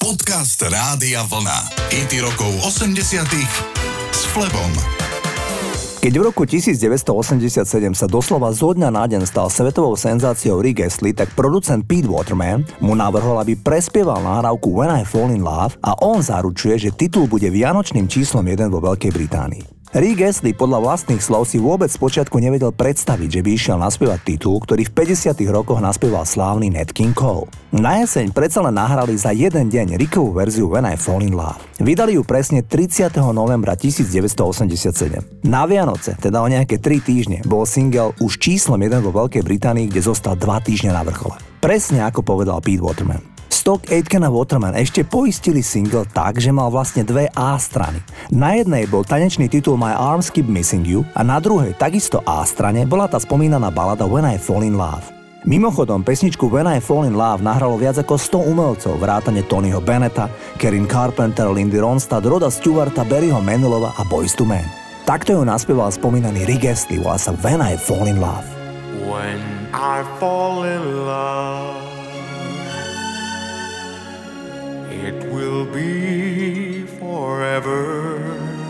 Podcast Rádia Vlna. Hity rokov 80-tych s Flebom. Keď v roku 1987 sa doslova zo dňa na deň stal svetovou senzáciou Rick Astley, tak producent Pete Waterman mu navrhol, aby prespieval nahrávku When I Fall in Love a on zaručuje, že titul bude vianočným číslom 1 vo Veľkej Británii. Rick Astley podľa vlastných slov si vôbec spočiatku nevedel predstaviť, že by išiel naspievať titul, ktorý v 50. rokoch naspieval slávny Nat King Cole. Na jeseň predsa len nahrali za jeden deň Rickovú verziu When I Fall in Love. Vydali ju presne 30. novembra 1987. Na Vianoce, teda o nejaké 3 týždne, bol single už číslom 1 vo Veľkej Británii, kde zostal 2 týždne na vrchole. Presne ako povedal Pete Waterman. Stock Aitken a Waterman ešte poistili single tak, že mal vlastne 2 A strany. Na jednej bol tanečný titul My Arms Keep Missing You a na druhej, takisto A strane, bola tá spomínaná balada When I Fall in Love. Mimochodom, pesničku When I Fall in Love nahralo viac ako 100 umelcov, vrátane Tonyho Bennetta, Karen Carpenter, Lindy Ronstadt, Roda Stewarta, Barryho Manilova a Boyz II Men. Takto ju naspieval spomínaný Rick Astley, volá sa When I Fall in Love. When I fall in love, it will be forever,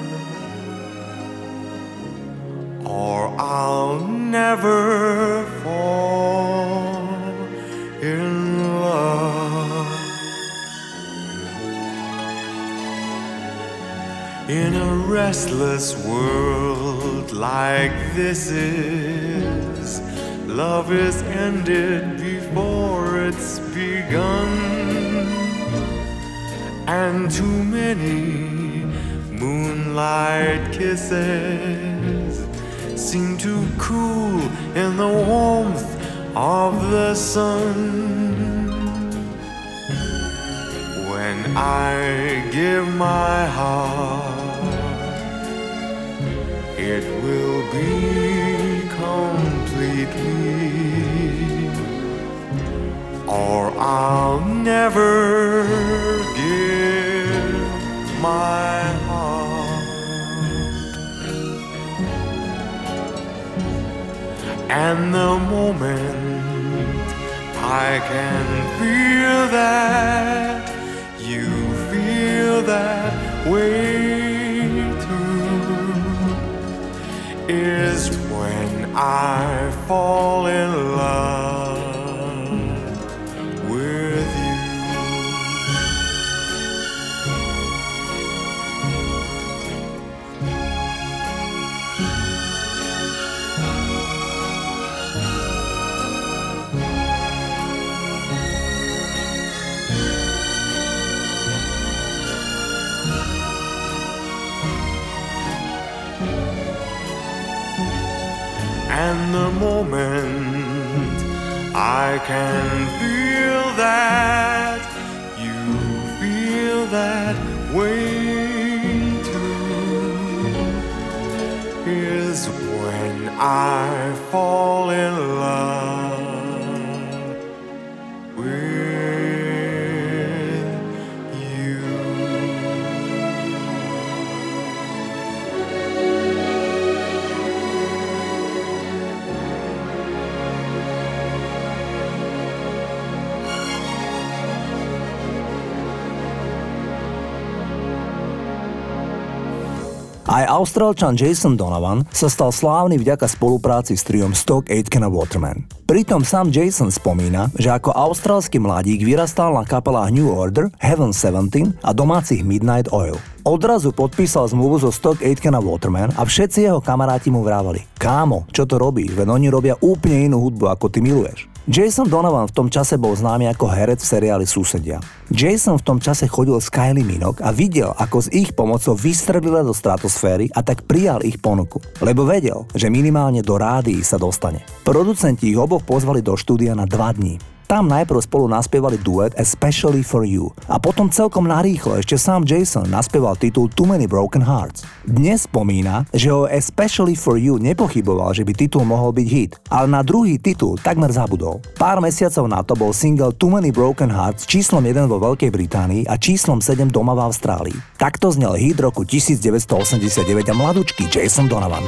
or I'll never fall in love. In a restless world like this is, love is ended before it's begun. And too many moonlight kisses seem to cool in the warmth of the sun. When I give my heart, it will be completely, or I'll never give my heart. And the moment I can feel that you feel that way too is when I fall in love. And the moment I can feel that you feel that way too is when I fall in love with you. Aj Austrálčan Jason Donovan sa stal slávny vďaka spolupráci s triom Stock Aitken a Waterman. Pritom sám Jason spomína, že ako austrálsky mladík vyrastal na kapelách New Order, Heaven 17 a domácich Midnight Oil. Odrazu podpísal zmluvu so Stock Aitken a Waterman a všetci jeho kamaráti mu vrávali: kámo, čo to robíš, veď oni robia úplne inú hudbu, ako ty miluješ. Jason Donovan v tom čase bol známy ako herec v seriáli Susedia. Jason v tom čase chodil s Kylie Minogue a videl, ako s ich pomocou vystrelila do stratosféry a tak prijal ich ponuku, lebo vedel, že minimálne do rádií sa dostane. Producenti ich oboch pozvali do štúdia na 2 dní. Tam najprv spolu naspievali duet Especially for You a potom celkom narýchlo ešte sám Jason naspieval titul Too Many Broken Hearts. Dnes spomína, že o Especially for You nepochyboval, že by titul mohol byť hit, ale na druhý titul takmer zabudol. Pár mesiacov na to bol single Too Many Broken Hearts číslom 1 vo Veľkej Británii a číslom 7 doma v Austrálii. Takto znel hit roku 1989 a mladúčky Jason Donovan.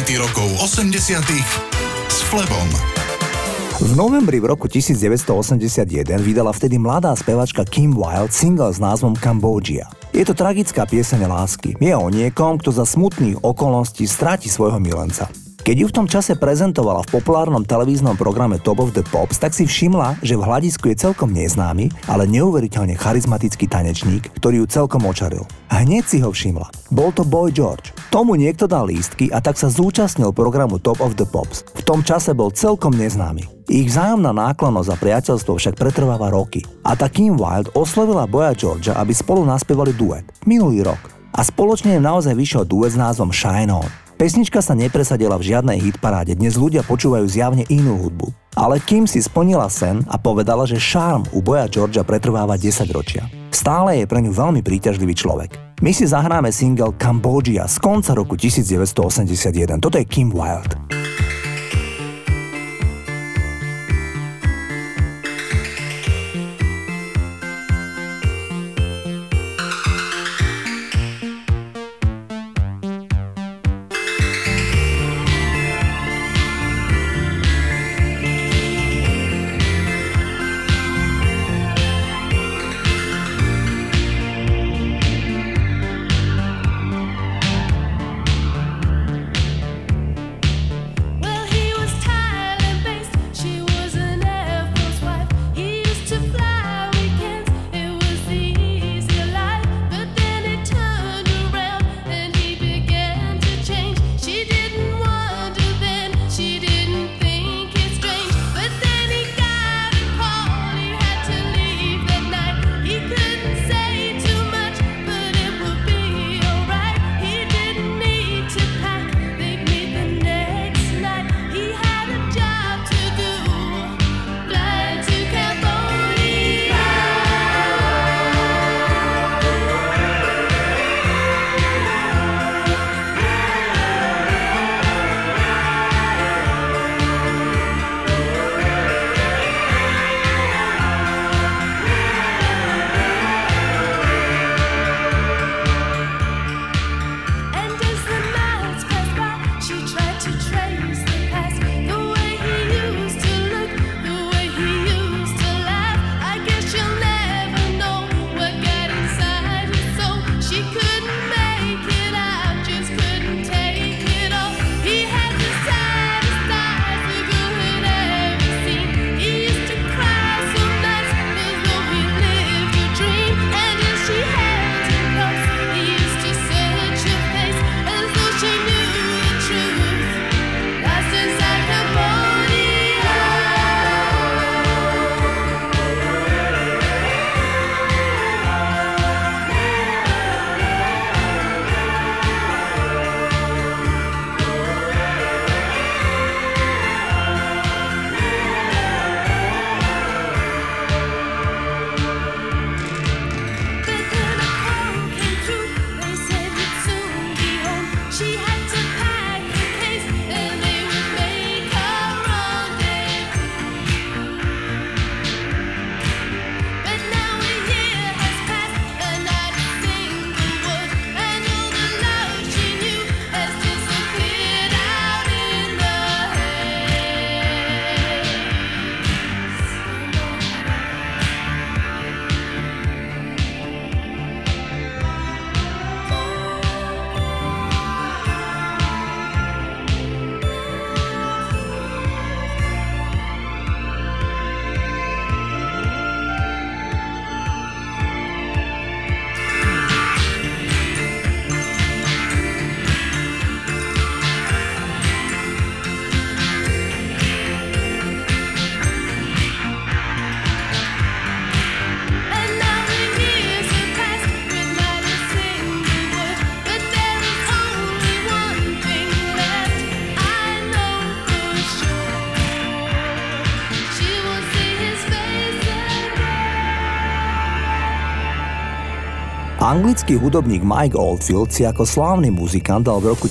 hity rokov 80 s Flebom. V novembri v roku 1981 vydala vtedy mladá spevačka Kim Wilde single s názvom Cambodia. Je to tragická pieseň lásky. Je o niekom, kto za smutných okolností stráti svojho milenca. Keď ju v tom čase prezentovala v populárnom televíznom programe Top of the Pops, tak si všimla, že v hľadisku je celkom neznámy, ale neuveriteľne charizmatický tanečník, ktorý ju celkom očaril. Hneď si ho všimla. Bol to Boy George. Tomu niekto dal lístky a tak sa zúčastnil programu Top of the Pops. V tom čase bol celkom neznámy. Ich vzájomná náklonnosť a priateľstvo však pretrváva roky. A tá Kim Wilde oslovila Boya Georgea, aby spolu naspievali duet. Minulý rok. A spoločne im naozaj vyšiel duet s názvom Shine On. Pesnička sa nepresadila v žiadnej hitparáde, dnes ľudia počúvajú zjavne inú hudbu. Ale Kim si splnila sen a povedala, že šarm u Boya Georgea pretrváva 10 ročia. Stále je pre ňu veľmi príťažlivý človek. My si zahráme single Cambodia z konca roku 1981. Toto je Kim Wilde. Anglický hudobník Mike Oldfield si ako slávny muzikant dal v roku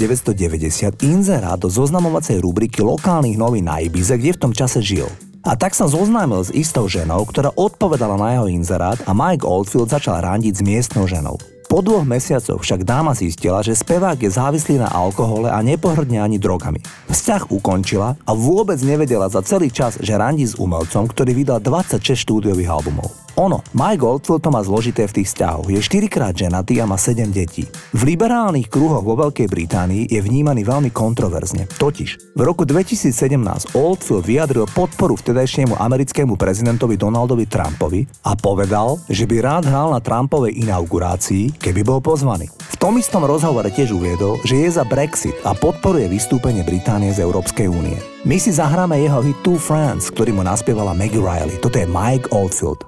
1990 inzerát do zoznamovacej rubriky lokálnych novín na Ibize, kde v tom čase žil. A tak sa zoznámil s istou ženou, ktorá odpovedala na jeho inzerát a Mike Oldfield začal randiť s miestnou ženou. Po 2 mesiacoch však dáma zistila, že spevák je závislý na alkohole a nepohrdne ani drogami. Vzťah ukončila a vôbec nevedela za celý čas, že randí s umelcom, ktorý vydal 26 štúdiových albumov. Ono, Mike Oldfield to má zložité v tých vzťahoch, je 4-krát ženatý a má 7 detí. V liberálnych kruhoch vo Veľkej Británii je vnímaný veľmi kontroverzne. Totiž, v roku 2017 Oldfield vyjadril podporu vtedajšiemu americkému prezidentovi Donaldovi Trumpovi a povedal, že by rád hral na Trumpovej inaugurácii, keby bol pozvaný. V tom istom rozhovore tiež uviedol, že je za Brexit a podporuje vystúpenie Británie z Európskej únie. My si zahráme jeho hit Two Friends, ktorý mu naspievala Maggie Riley. Toto je Mike Oldfield.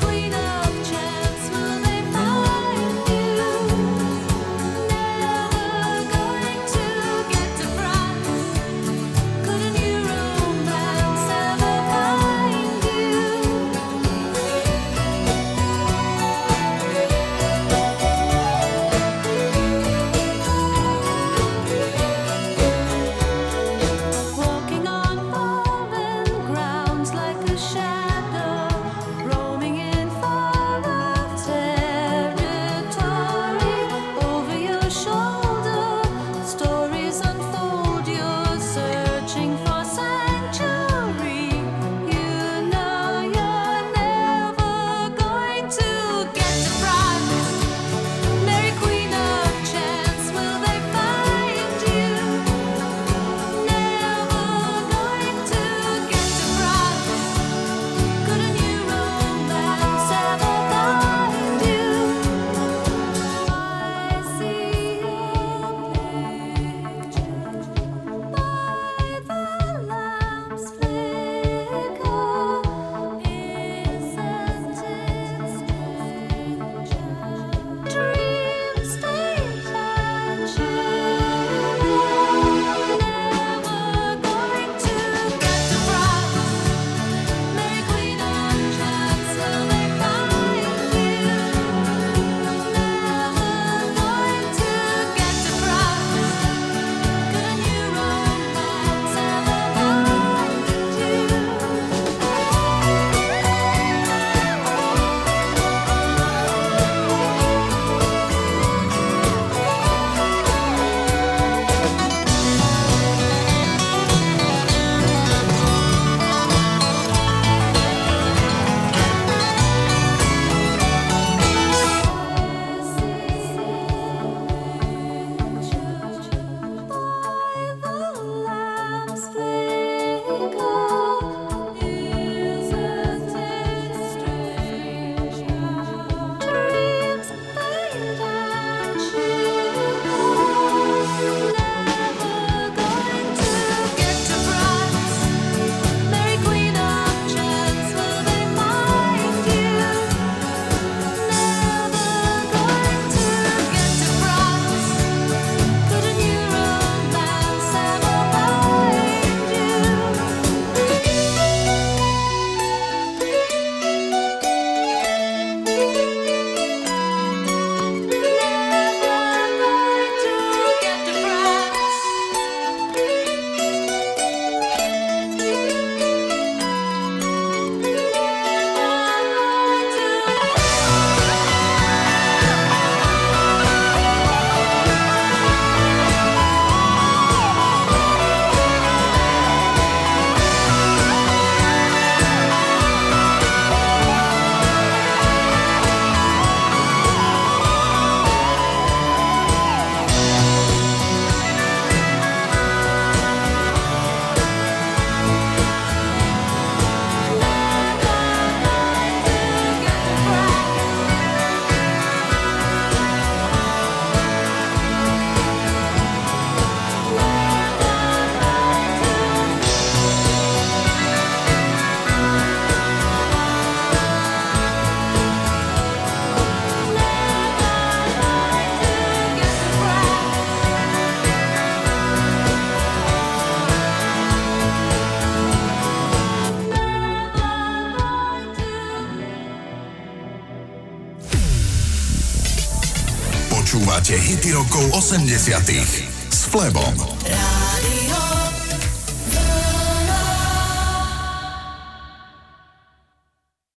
Never Počúvate hity rokov 80 s Flebom.